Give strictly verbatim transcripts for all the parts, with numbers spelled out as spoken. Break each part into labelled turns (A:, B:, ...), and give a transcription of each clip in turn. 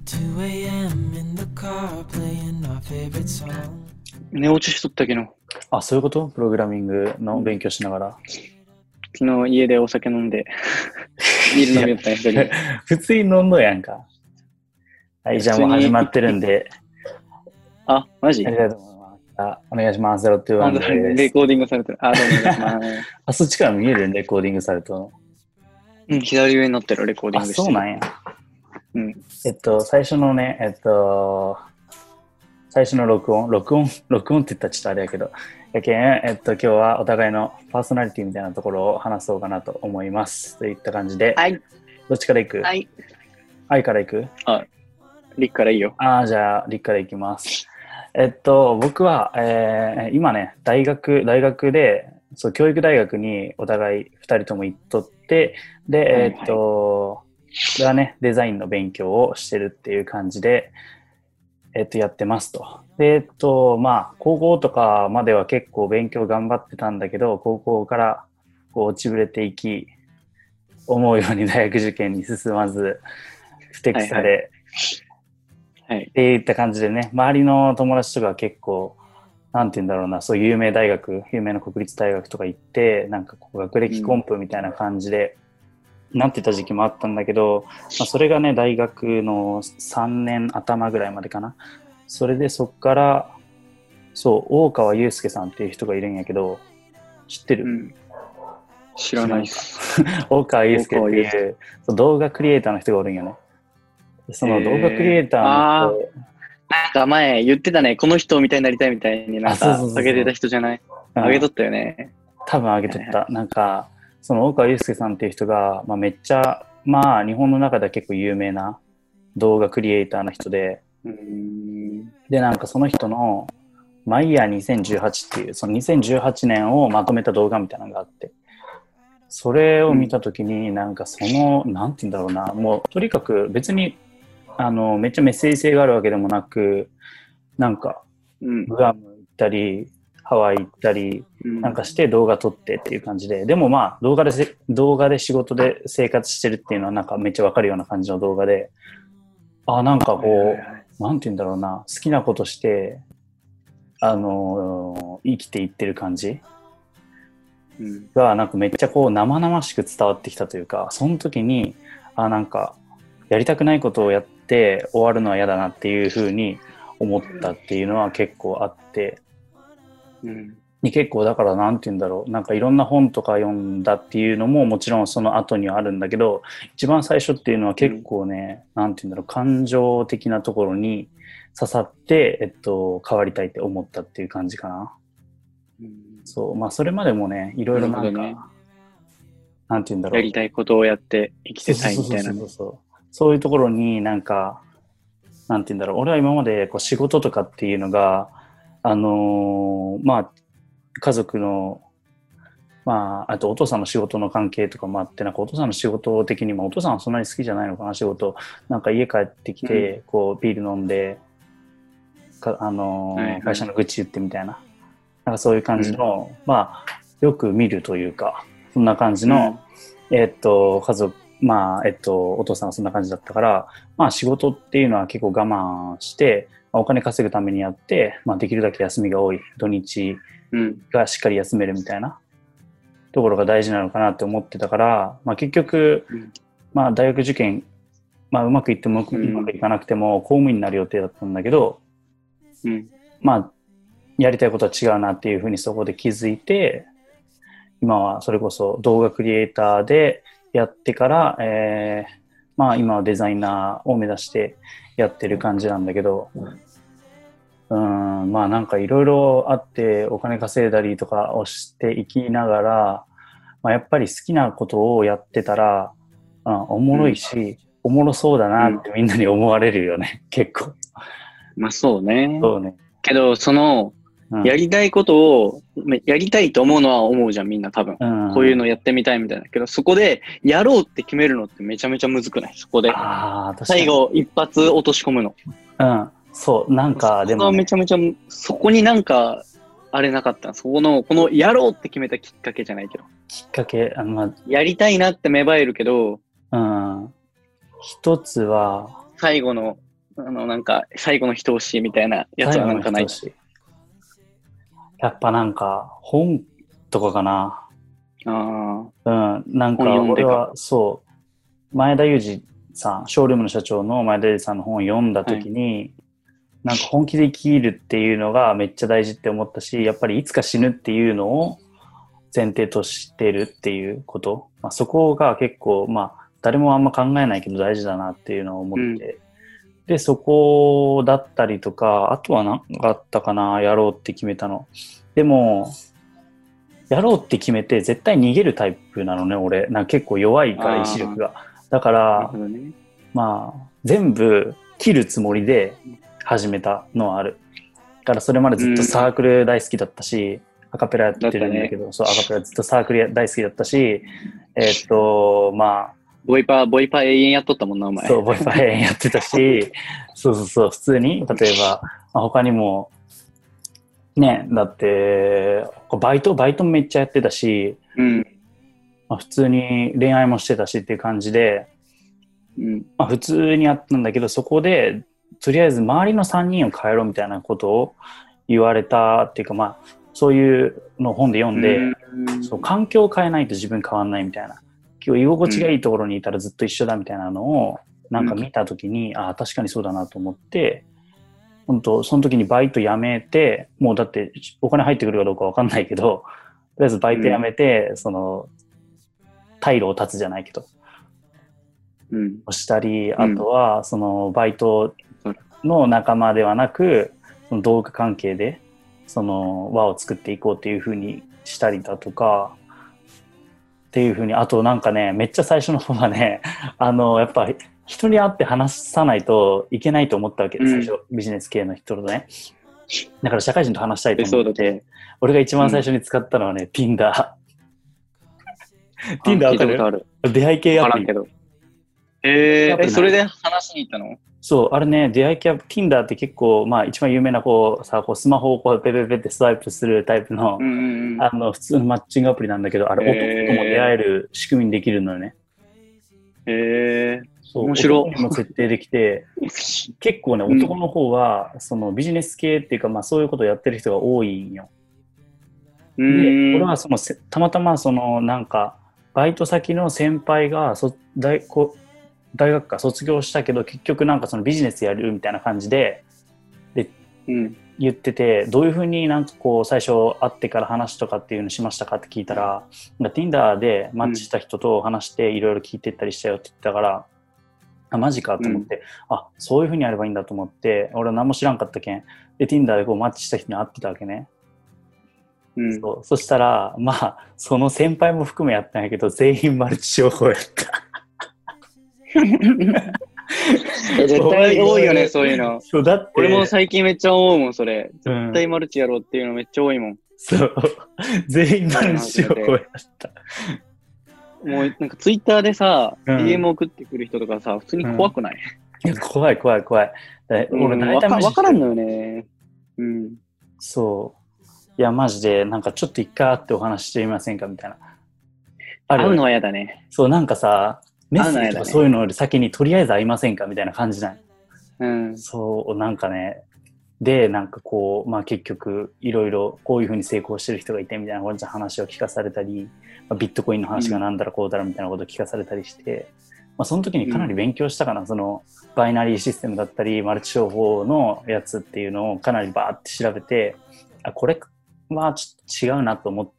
A: two a m in the car playing our favorite song.
B: 寝落ちしとったけど、
C: あ、そういうこと？プログラミングの勉強しながら。
B: 昨日家でお酒飲んで、ビール飲みよったんや一人。
C: 普通に飲んどやんか。はい、じゃあもう始まってるんで。
B: あ、マジ？
C: ありがとうございます。あ、お願いします。ゼロトゥワンです。
B: レコーディングされてる。あ、どうもお願いします。
C: あ、そっちから見えるレコーディングされたの？
B: うん、左上になってるレコーディングしてる。
C: あ、そうなんや。
B: うん。
C: えっと、最初のね、えっと、最初の録音、録音、録音って言ったらちょっとあれやけど、やけん、えっと、今日はお互いのパーソナリティみたいなところを話そうかなと思います。といった感じで、
B: はい。
C: どっちから行く？
B: はい。
C: 愛から行く？
B: あ、リックからいいよ。
C: ああ、じゃあ、リッから行きます。えっと、僕は、えー、今ね、大学、大学で、そう、教育大学にお互いふたりとも行っとって、で、
B: はいはい、
C: えっと、これはね、デザインの勉強をしてるっていう感じで、えっと、やってますと。で、えっと、まあ、高校とかまでは結構勉強頑張ってたんだけど、高校からこう落ちぶれていき、思うように大学受験に進まず、不適され、
B: はいはい、
C: っていった感じでね、周りの友達とかは結構、なんて言うんだろうな、そういう有名大学、有名な国立大学とか行って、なんかこう学歴コンプみたいな感じで、うん、なってた時期もあったんだけど、まあ、それがね、大学のさんねん頭ぐらいまでかな。それでそっから、そう、大川祐介さんっていう人がいるんやけど、知ってる？うん、
B: 知らないっす。
C: 大川祐介っていう動画クリエイターの人がおるんよね。その動画クリエイターの人、
B: なんか前言ってたね、この人みたいになりたいみたいになんか上げてた人じゃない？上げとったよね。
C: 多分上げとった。なんか、その大川祐介さんっていう人が、まあ、めっちゃ、まあ日本の中では結構有名な動画クリエイターの人で、
B: うーん
C: で、なんかその人のマイヤーにせんじゅうはちっていう、そのにせんじゅうはちねんをまとめた動画みたいなのがあって、それを見たときに、なんかその、なんて言うんだろうな、もうとにかく別に、あの、めっちゃメッセージ性があるわけでもなく、なんか、グアム行ったり、ハワイ行ったり、なんかして動画撮ってっていう感じで、でもまあ動画でせ、動画で仕事で生活してるっていうのはなんかめっちゃわかるような感じの動画で、あ、なんかこう、なんて言うんだろうな、好きなことして、あのー、生きていってる感じが、なんかめっちゃこう生々しく伝わってきたというか、その時に、あ、なんか、やりたくないことをやって終わるのは嫌だなっていうふうに思ったっていうのは結構あって、うん、結構だからなんて言うんだろう、なんかいろんな本とか読んだっていうのももちろんその後にはあるんだけど、一番最初っていうのは結構ね、うん、なんて言うんだろう、感情的なところに刺さって、えっと、変わりたいって思ったっていう感じかな。うん、そう、まあそれまでもね、いろいろなんか、ね、なんて言うんだろう。
B: やりたいことをやって生きてたいみたいな。
C: そういうところになんか、なんて言うんだろう、俺は今までこう仕事とかっていうのが、あのー、まあ、家族の、まあ、あとお父さんの仕事の関係とかもあって、なんかお父さんの仕事的にも、お父さんはそんなに好きじゃないのかな、仕事。なんか家帰ってきて、うん、こう、ビール飲んで、かあのーはいはい、会社の愚痴言ってみたいな。なんかそういう感じの、うん、まあ、よく見るというか、そんな感じの、うん、えー、っと、家族、まあ、えっと、お父さんはそんな感じだったから、まあ仕事っていうのは結構我慢して、お金稼ぐためにやって、まあできるだけ休みが多い土日がしっかり休めるみたいなところが大事なのかなって思ってたから、まあ結局、うん、まあ大学受験、まあうまくいってもうまくいかなくても公務員になる予定だったんだけど、うん、まあやりたいことは違うなっていうふうにそこで気づいて、今はそれこそ動画クリエイターで、やってから、えー、まあ今はデザイナーを目指してやってる感じなんだけど、うん、まあなんかいろいろあってお金稼いだりとかをしていきながら、まあ、やっぱり好きなことをやってたら、うん、おもろいし、うん、おもろそうだなってみんなに思われるよね、結構。
B: まあそうね。
C: そうね。
B: けどその、うん、やりたいことをやりたいと思うのは思うじゃんみんな多分、うん、こういうのやってみたいみたいなけどそこでやろうって決めるのってめちゃめちゃむずくない？そこで最後一発落とし込むの。
C: うんそうなんかでも、
B: ね、めちゃめちゃそこになんかあれなかったそこのこのやろうって決めたきっかけじゃないけど
C: きっかけあの、まあ、
B: やりたいなって芽生えるけど
C: うん一つは
B: 最後のあの、なんか、最後の一押しみたいなやつはなんかない。
C: やっぱなんか、本とかかな。
B: あ
C: あ。うん。なんか、俺は、そう、前田裕二さん、ショールームの社長の前田裕二さんの本を読んだときに、はい、なんか本気で生きるっていうのがめっちゃ大事って思ったし、やっぱりいつか死ぬっていうのを前提としてるっていうこと。まあ、そこが結構、まあ、誰もあんま考えないけど大事だなっていうのを思って、うん、で、そこだったりとか、あとは何かあったかな、やろうって決めたの。でも、やろうって決めて絶対逃げるタイプなのね、俺。なんか結構弱いから意志力が。だから、ね、まあ、全部切るつもりで始めたのはある。だからそれまでずっとサークル大好きだったし、うん、アカペラやってるんだけど、ね、そう、アカペラずっとサークル大好きだったし、えー、っと、まあ、
B: ボイパー、ボイパー永遠やっとったもんな、お前。
C: そう、ボイパー永遠やってたし、そうそうそう、普通に、例えば、まあ、他にも、ね、だって、バイト、バイトもめっちゃやってたし、
B: うん
C: まあ、普通に恋愛もしてたしっていう感じで、
B: うん
C: まあ、普通にやったんだけど、そこで、とりあえず周りのさんにんを変えろみたいなことを言われたっていうか、まあ、そういうのを本で読んで、うん、そう環境を変えないと自分変わんないみたいな。今日居心地がいいところにいたらずっと一緒だみたいなのをなんか見たときに、うん、ああ確かにそうだなと思って、本当その時にバイト辞めて、もうだってお金入ってくるかどうかわかんないけど、とりあえずバイト辞めて、うん、その退路を断つじゃないけど、
B: うん、
C: をしたり、あとはそのバイトの仲間ではなく、その動画関係でその輪を作っていこうっていう風にしたりだとか。っていう風に、あとなんかね、めっちゃ最初の方はね、あの、やっぱ人に会って話さないといけないと思ったわけです、うん、最初、ビジネス系の人とね。だから社会人と話したいと思って、俺が一番最初に使ったのはね、うん、Tinder。Tinder わかる？
B: ある
C: 出会い系アプリ。
B: えー、え、それで話しに行ったの？
C: そう、あれね、出会い系、Tinder って結構、まあ一番有名なこう、さ、こうスマホをこうペペペってスワイプするタイプの、
B: うんうんうん、
C: あの、普通のマッチングアプリなんだけど、あれ、男とも出会える仕組みにできるのよね。
B: へえー、
C: そう、
B: 面白い。
C: 男にも設定できて、結構ね、男の方は、そのビジネス系っていうか、まあそういうことをやってる人が多いんよ。
B: で、
C: 俺はその、たまたまその、なんか、バイト先の先輩が、そ大こ大学か卒業したけど結局なんかそのビジネスやるみたいな感じで、で、
B: うん、
C: 言ってて、どういうふうになんかこう最初会ってから話とかっていうのしましたかって聞いたら、Tinder でマッチした人と話していろいろ聞いてったりしたよって言ったから、あマジかと思って、うん、あそういうふうにやればいいんだと思って、俺は何も知らんかったけんで Tinder でこうマッチした人に会ってたわけね。うん、そうそしたらまあその先輩も含めやったんやけど全員マルチ商法やった
B: 絶対多いよね、そういうの。
C: そうだって。
B: 俺も最近めっちゃ思うもん、それ。絶対マルチやろうっていうのめっちゃ多いもん。
C: そう。全員マルチ商法やった。
B: もうなんかツイッターでさ、うん、ディーエム 送ってくる人とかさ、普通に怖くない？
C: うん、いや怖い怖い怖い。俺大体
B: わからんのよね。うん。
C: そう。いや、マジで、なんかちょっと一回会ってお話してみませんかみたいな。
B: ある会うのは嫌だね。
C: そう、なんかさ、メッセージとかそういうのより先にとりあえず会いませんかみたいな感じない。
B: うん。
C: そう、なんかね。で、なんかこう、まあ結局、いろいろこういうふうに成功してる人がいてみたいな話を聞かされたり、まあ、ビットコインの話がなんだらこうだらみたいなことを聞かされたりして、うん、まあその時にかなり勉強したかな、うん、そのバイナリーシステムだったり、マルチ商法のやつっていうのをかなりバーって調べて、あ、これはちょっと違うなと思って、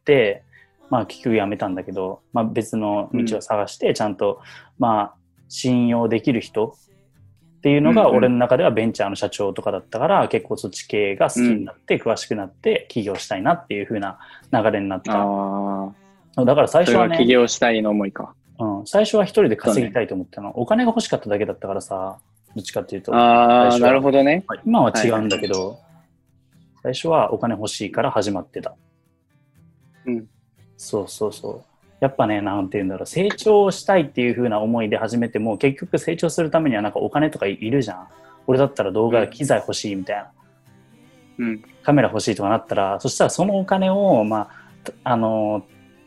C: まあ結局やめたんだけど、まあ別の道を探して、ちゃんと、まあ信用できる人っていうのが俺の中ではベンチャーの社長とかだったから、結構そっち系が好きになって、詳しくなって起業したいなっていう風な流れになった。
B: あ
C: だから最初はね。
B: 起業したいの思いか。
C: うん。最初は一人で稼ぎたいと思ったの。お金が欲しかっただけだったからさ、どっちかっていうと。
B: ああ、なるほどね。
C: 今は違うんだけど、はいはい、最初はお金欲しいから始まってた。
B: うん。
C: そうそうそう。やっぱね、なんていうんだろう、成長したいっていう風な思いで始めても、結局成長するためにはなんかお金とかいるじゃん。俺だったら動画機材欲しいみたいな。
B: うん。
C: カメラ欲しいとかなったら、そしたらそのお金を、まあ、あの、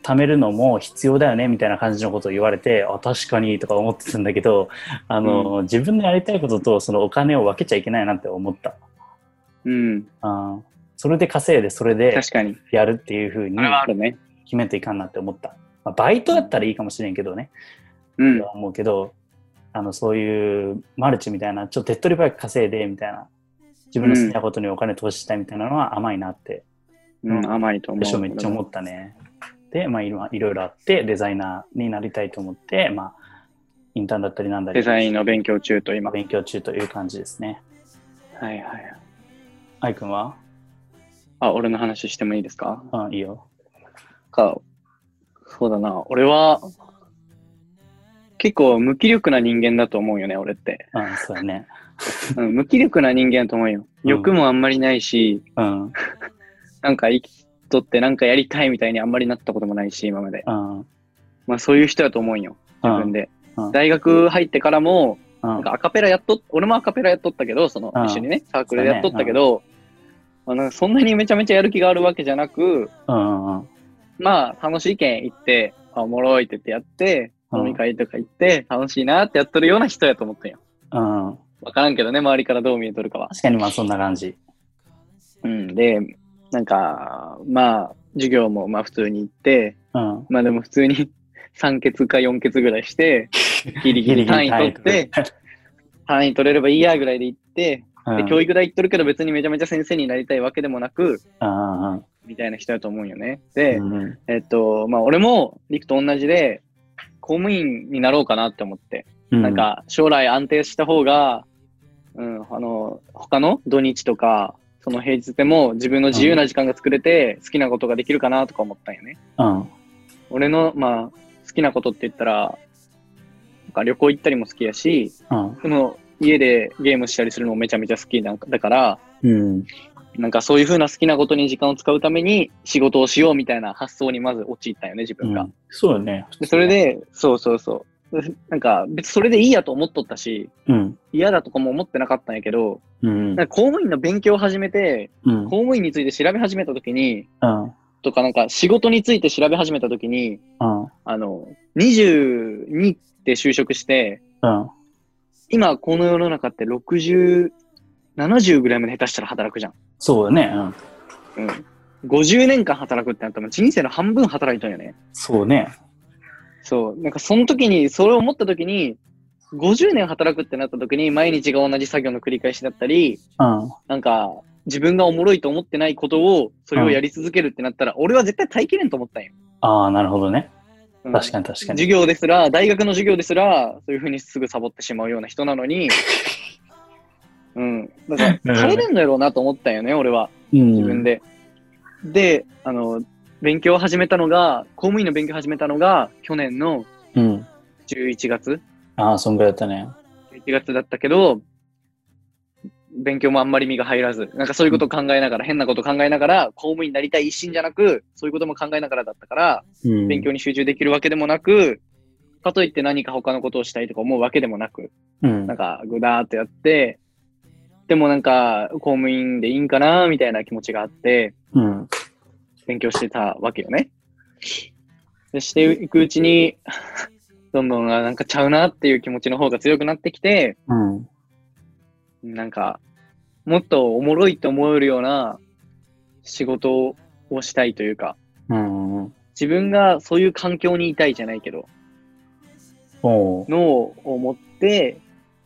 C: 貯めるのも必要だよねみたいな感じのことを言われて、あ、確かにとか思ってたんだけど、あの、うん、自分のやりたいこととそのお金を分けちゃいけないなって思った。
B: うん。
C: あ、それで稼いでそれでやるっていうふうに決めていかんなって思った。まあ、バイトだったらいいかもしれんけどね。うん。思うけど、あの、そういうマルチみたいな、ちょっと手っ取り早く稼いでみたいな、自分の好きなことにお金投資したいみたいなのは甘いなって。
B: うん、うん、甘いと思う。
C: めっちゃ思ったね。で、まあいろいろあって、デザイナーになりたいと思って、まあ、インターンだったりなんだり。
B: デザインの勉強中と今。
C: 勉強中という感じですね。
B: はいはい。
C: 愛くんは？
B: あ、俺の話してもいいですか？
C: あ、いいよ。
B: か、そうだな。俺は、結構無気力な人間だと思うよね、俺って。
C: うん、そうだね。
B: うん、無気力な人間だと思うよ。欲もあんまりないし、うん、なんか生きとってなんかやりたいみたいにあんまりなったこともないし、今まで。うん、まあそういう人だと思うよ、自分で。うん、大学入ってからも、なんかアカペラやっと、俺もアカペラやっとったけど、その、一緒にね、サークルでやっとったけど、まあ、なんかそんなにめちゃめちゃやる気があるわけじゃなく、うんうん、まあ楽しいけん行って、あ、おもろいって言ってやって、飲み会とか行って楽しいなってやっとるような人やと思ったんよ。うん。わからんけどね、周りからどう見えとるかは。
C: 確かにまあそんな感じ。
B: うん。で、なんか、まあ、授業もまあ普通に行って、うん、まあでも普通にさん欠かよん欠ぐらいして、ギリギリ単位取って、単位取れればいいやぐらいで行って、うん、で教育大行っとるけど別にめちゃめちゃ先生になりたいわけでもなく、うん、みたいな人だと思うよね。で、うん、えっと、まあ俺もリクと同じで、公務員になろうかなって思って、うん、なんか将来安定した方が、うん、あの、他の土日とか、その平日でも自分の自由な時間が作れて好きなことができるかなとか思ったんよね。うん、俺の、まあ、好きなことって言ったら、なんか旅行行ったりも好きやし、うん、その家でゲームしたりするのもめちゃめちゃ好きだから、うん、なんかそういう風な好きなことに時間を使うために仕事をしようみたいな発想にまず陥ったんよね、自分が。うん、
C: そうだね。
B: でそれで、そうそうそう。なんか別にそれでいいやと思っとったし、うん、嫌だとかも思ってなかったんやけど、うん、なんか公務員の勉強を始めて、うん、公務員について調べ始めたときに、うん、とかなんか仕事について調べ始めたときに、うん、あの、にじゅうにって就職して、うん、今この世の中ってろくじゅう、ななじゅうぐらいまで下手したら働くじゃん。
C: そうだね。
B: うん。うん、ごじゅうねんかん働くってなったら人生の半分働いたんよね。
C: そうね。
B: そう。なんかその時に、それを思った時に、ごじゅうねん働くってなった時に、毎日が同じ作業の繰り返しだったり、うん、なんか、自分がおもろいと思ってないことを、それをやり続けるってなったら、うん、俺は絶対耐えきれんと思ったんよ。
C: ああ、なるほどね。確かに確かに。
B: 授業ですら、大学の授業ですら、そういう風にすぐサボってしまうような人なのに、うん。だから、耐えれんのやろうなと思ったんよね、俺は。自分で。うん、で、あの、勉強を始めたのが、公務員の勉強を始めたのが、去年のじゅういちがつ。うん、
C: ああ、そんぐらいだったね。
B: じゅういちがつだったけど、勉強もあんまり身が入らず、なんかそういうことを考えながら、うん、変なことを考えながら、公務員になりたい一心じゃなく、そういうことも考えながらだったから、うん、勉強に集中できるわけでもなく、かといって何か他のことをしたいとか思うわけでもなく、うん、なんかぐだーっとやって、でもなんか公務員でいいんかなみたいな気持ちがあって、うん、勉強してたわけよね。でしていくうちに、どんどんなんかちゃうなっていう気持ちの方が強くなってきて、うん、なんか、もっとおもろいって思えるような仕事をしたいというか、うん、自分がそういう環境にいたいじゃないけど、のを思って、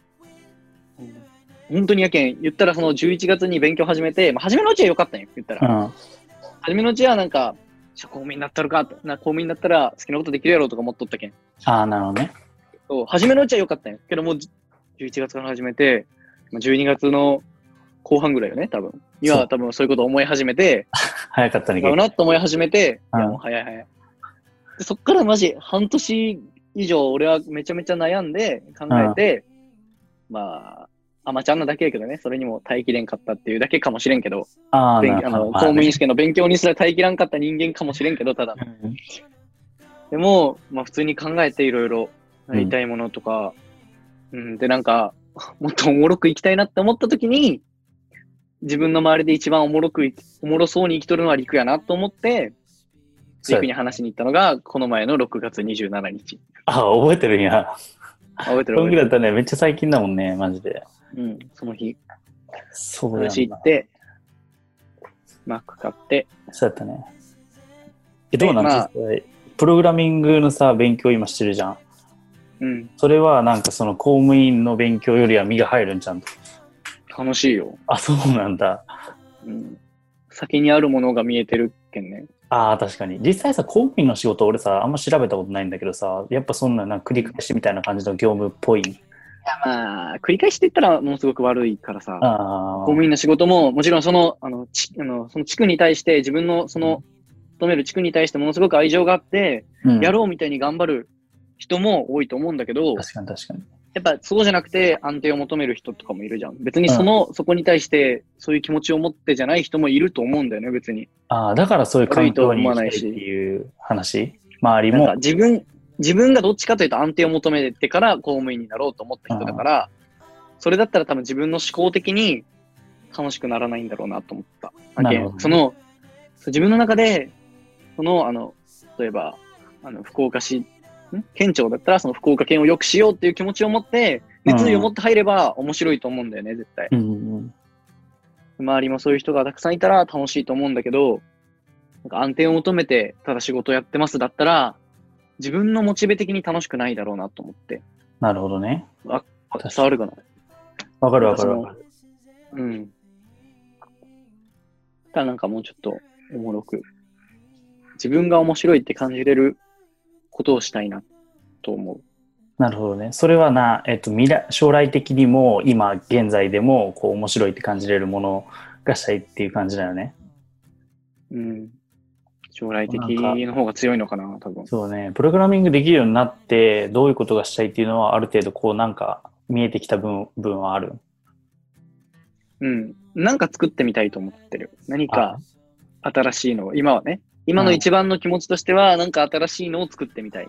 B: 本当にやけん、言ったらそのじゅういちがつに勉強始めて、まあ、初めのうちは良かったんよ、言ったら。うん、初めのうちはなんか、公務員になったるかな、公務員になったら好きなことできるやろうとか思っとったけん。
C: ああ、なるほどね。
B: そう、初めのうちは良かったんよ。けどもうじゅういちがつから始めて、じゅうにがつの後半ぐらいよね、多分。いや、多分そういうことを思い始めて、
C: 早かったね。
B: だなと思い始めて、いや、もう早い早い。でそっからマジ半年以上俺はめちゃめちゃ悩んで考えて、まあ、アマちゃんなだけやけどね、それにも耐えきれんかったっていうだけかもしれんけど、ああの公務員試験の勉強にすら耐えきらんかった人間かもしれんけど、ただ。うん、でも、まあ普通に考えていろいろやりたいものとか、うん、うん、でなんか、もっとおもろく生きたいなって思った時に、自分の周りで一番おもろく、おもろそうに生きとるのは陸やなと思って、 っていうふうに話しに行ったのが、この前のろくがつにじゅうしちにち。
C: あ、覚えてるんや。
B: 覚えてる覚えてる。
C: そんぐらいだったね。めっちゃ最近だもんね、マジで。
B: うん、その日。
C: そうだよな。
B: 話行って、Mac 買って。
C: そうやったね。え、どうなん、
B: まあ、
C: 実際プログラミングのさ、勉強今してるじゃん。
B: うん。
C: それはなんかその公務員の勉強よりは身が入るんちゃんと。
B: 楽しいよ。
C: あ、そうなんだ。
B: うん。先にあるものが見えてるけんね。
C: ああ、確かに。実際さ、公務員の仕事俺さ、あんま調べたことないんだけどさ、やっぱそんななんか繰り返しみたいな感じの業務っぽい。い
B: やまあ、繰り返しって言ったらものすごく悪いからさ、
C: あ
B: 公務員の仕事ももちろんその、あの、ちあのその地区に対して自分のその、勤める地区に対してものすごく愛情があって、うん、やろうみたいに頑張る人も多いと思うんだけど、
C: 確かに確かに。
B: やっぱそうじゃなくて安定を求める人とかもいるじゃん。別にその、うん、そこに対してそういう気持ちを持ってじゃない人もいると思うんだよね、別に。
C: ああ、だからそういう環境に行きたいっていう話、周りも。
B: なんか自分、自分がどっちかというと安定を求めてから公務員になろうと思った人だから、それだったら多分自分の思考的に楽しくならないんだろうなと思った。
C: なるほどね、
B: その、自分の中で、その、あの、例えば、あの、福岡市、ん県庁だったらその福岡県を良くしようっていう気持ちを持って、熱意を持って入れば面白いと思うんだよね、絶対。
C: うんうん、
B: 周りもそういう人がたくさんいたら楽しいと思うんだけど、なんか安定を求めてただ仕事やってますだったら、自分のモチベ的に楽しくないだろうなと思って。
C: なるほどね。
B: あ、伝わるかな？
C: わかるわかるわかる。
B: うん。ただなんかもうちょっとおもろく、自分が面白いって感じれることをしたいなと思う。
C: なるほどね。それはな、えっと、未来、将来的にも今現在でもこう面白いって感じれるものがしたいっていう感じだよね。
B: うん。将来的の方が強いのかな、多分。
C: そうね。プログラミングできるようになってどういうことがしたいっていうのはある程度こうなんか見えてきた分、分はある。
B: うん。なんか作ってみたいと思ってる。何か新しいのを、今はね。今の一番の気持ちとしては、なんか新しいのを作ってみたい。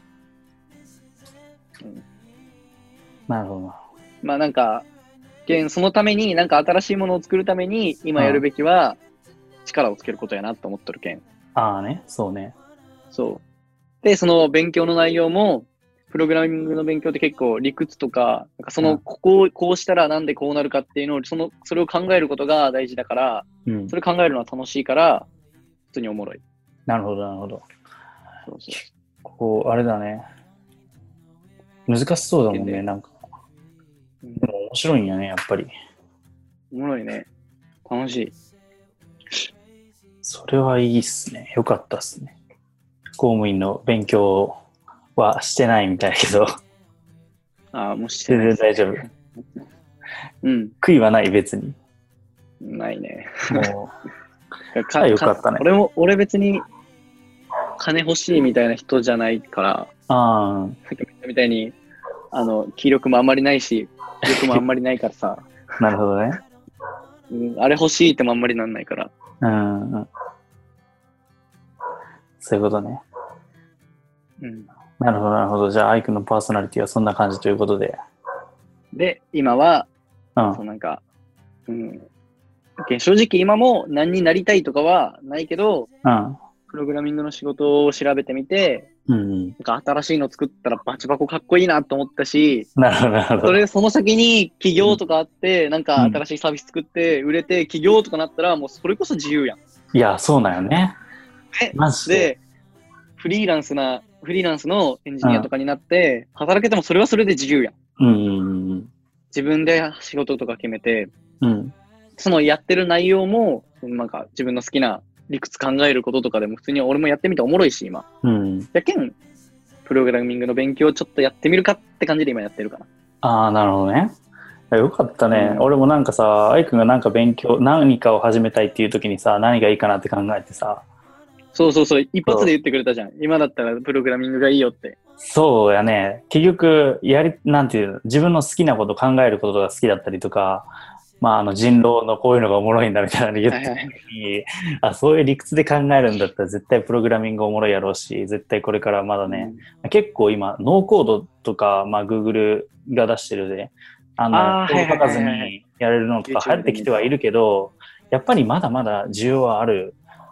B: うん、
C: なるほど。
B: まあなんか、そのために、なんか新しいものを作るために、今やるべきは力をつけることやなと思っとるけん。
C: ああね、そうね。
B: そう。で、その勉強の内容も、プログラミングの勉強って結構理屈とか、なんかその、ここをこうしたらなんでこうなるかっていうのを、その、それを考えることが大事だから、うん、それ考えるのは楽しいから、普通におもろい。
C: なるほど、なるほど。
B: そうそう。
C: ここ、あれだね。難しそうだもんね、なんか。でも面白いんやね、やっぱり。
B: おもろいね。楽しい。
C: それはいいっすね。よかったっすね。公務員の勉強はしてないみたいだけど。
B: ああ、もうしてない、
C: 全然大丈夫。
B: うん。
C: 悔いはない、別に。
B: ないね。
C: もう。かよかったね。
B: 俺も、俺別に金欲しいみたいな人じゃないから。
C: ああ。
B: さっき言ったみたいに、あの、気力もあんまりないし、気力もあんまりないからさ。
C: なるほどね。
B: うん、あれ欲しいってもあんまりなんないから。
C: うん、うん。そういうことね。
B: うん。
C: なるほど、なるほど。じゃあ、アイクのパーソナリティはそんな感じということで。
B: で、今は、
C: うん、
B: そうなんか、うん。正直今も何になりたいとかはないけど、
C: うん、
B: プログラミングの仕事を調べてみて、
C: うん、
B: なんか新しいの作ったらバチバコかっこいいなと思ったし、
C: なるほど、なるほど。
B: それ、その先に企業とかあって、うん、なんか新しいサービス作って売れて企業とかなったら、もうそれこそ自由やん。
C: いや、そうなんよね。マジで。
B: で、フリーランスな、フリーランスのエンジニアとかになって、うん、働けてもそれはそれで自由やん。
C: うん、
B: 自分で仕事とか決めて、
C: うん、
B: そのやってる内容も、なんか自分の好きな理屈考えることとかでも普通に俺もやってみておもろいし、今。
C: うん。
B: やけん、プログラミングの勉強をちょっとやってみるかって感じで今やってるかな。
C: ああ、なるほどね。よかったね。うん、俺もなんかさ、アイくんがなんか勉強、何かを始めたいっていう時にさ、何がいいかなって考えてさ。
B: そうそうそう、一発で言ってくれたじゃん。今だったらプログラミングがいいよって。
C: そうやね。結局、やり、なんていう、自分の好きなこと考えることが好きだったりとか、まあ、あの人狼のこういうのがおもろいんだみたいなの言ってた時に、あ、そういう理屈で考えるんだったら絶対プログラミングおもろいやろうし、絶対これからまだね、うん、結構今、ノーコードとか、まあ、Google が出してるで、あの、コード書かずにやれるのとか流行ってきてはいるけど、やっぱりまだまだ需要はある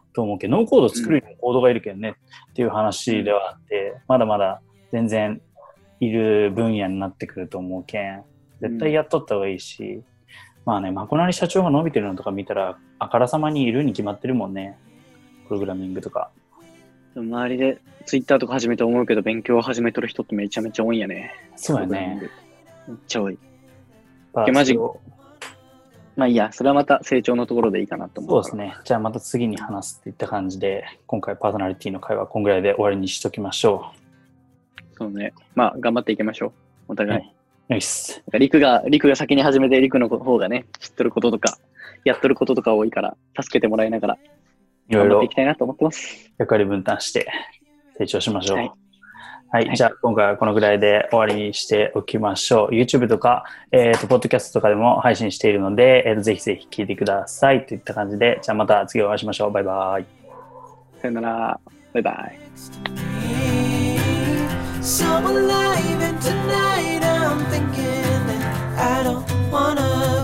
C: と思うけど、ノーコード作るにもコードがいるけどね、うん、っていう話ではあって、まだまだ全然いる分野になってくると思うけん、絶対やっとった方がいいし、うん、まあね、まこなり社長が伸びてるのとか見たら、あからさまにいるに決まってるもんね、プログラミングとか。
B: 周りでツイッターとか始めて思うけど、勉強を始めとる人ってめちゃめちゃ多いんやね。
C: そうやね。
B: めっちゃ多い。マジまあいいや、それはまた成長のところでいいかなと思う。
C: そうですね。じゃあまた次に話すっていった感じで、今回パーソナリティの会はこんぐらいで終わりにしときましょ
B: う。そうね。まあ頑張っていきましょう。お互い。
C: ナイス。
B: リクが、リクが先に始めて、リクの方がね、知ってることとか、やってることとか多いから、助けてもらいながら、
C: いろいろ
B: いきたいなと思ってます。
C: 役割分担して成長しましょう。
B: はい
C: はい、はい、じゃあ今回はこのぐらいで終わりにしておきましょう。YouTube とか、えっ、ー、と、ポッドキャストとかでも配信しているので、えーと、ぜひぜひ聞いてくださいといった感じで、じゃあまた次お会いしましょう。バイバイ。
B: さよなら。バイバイ。
A: So alive and tonight I'm thinking that I don't wanna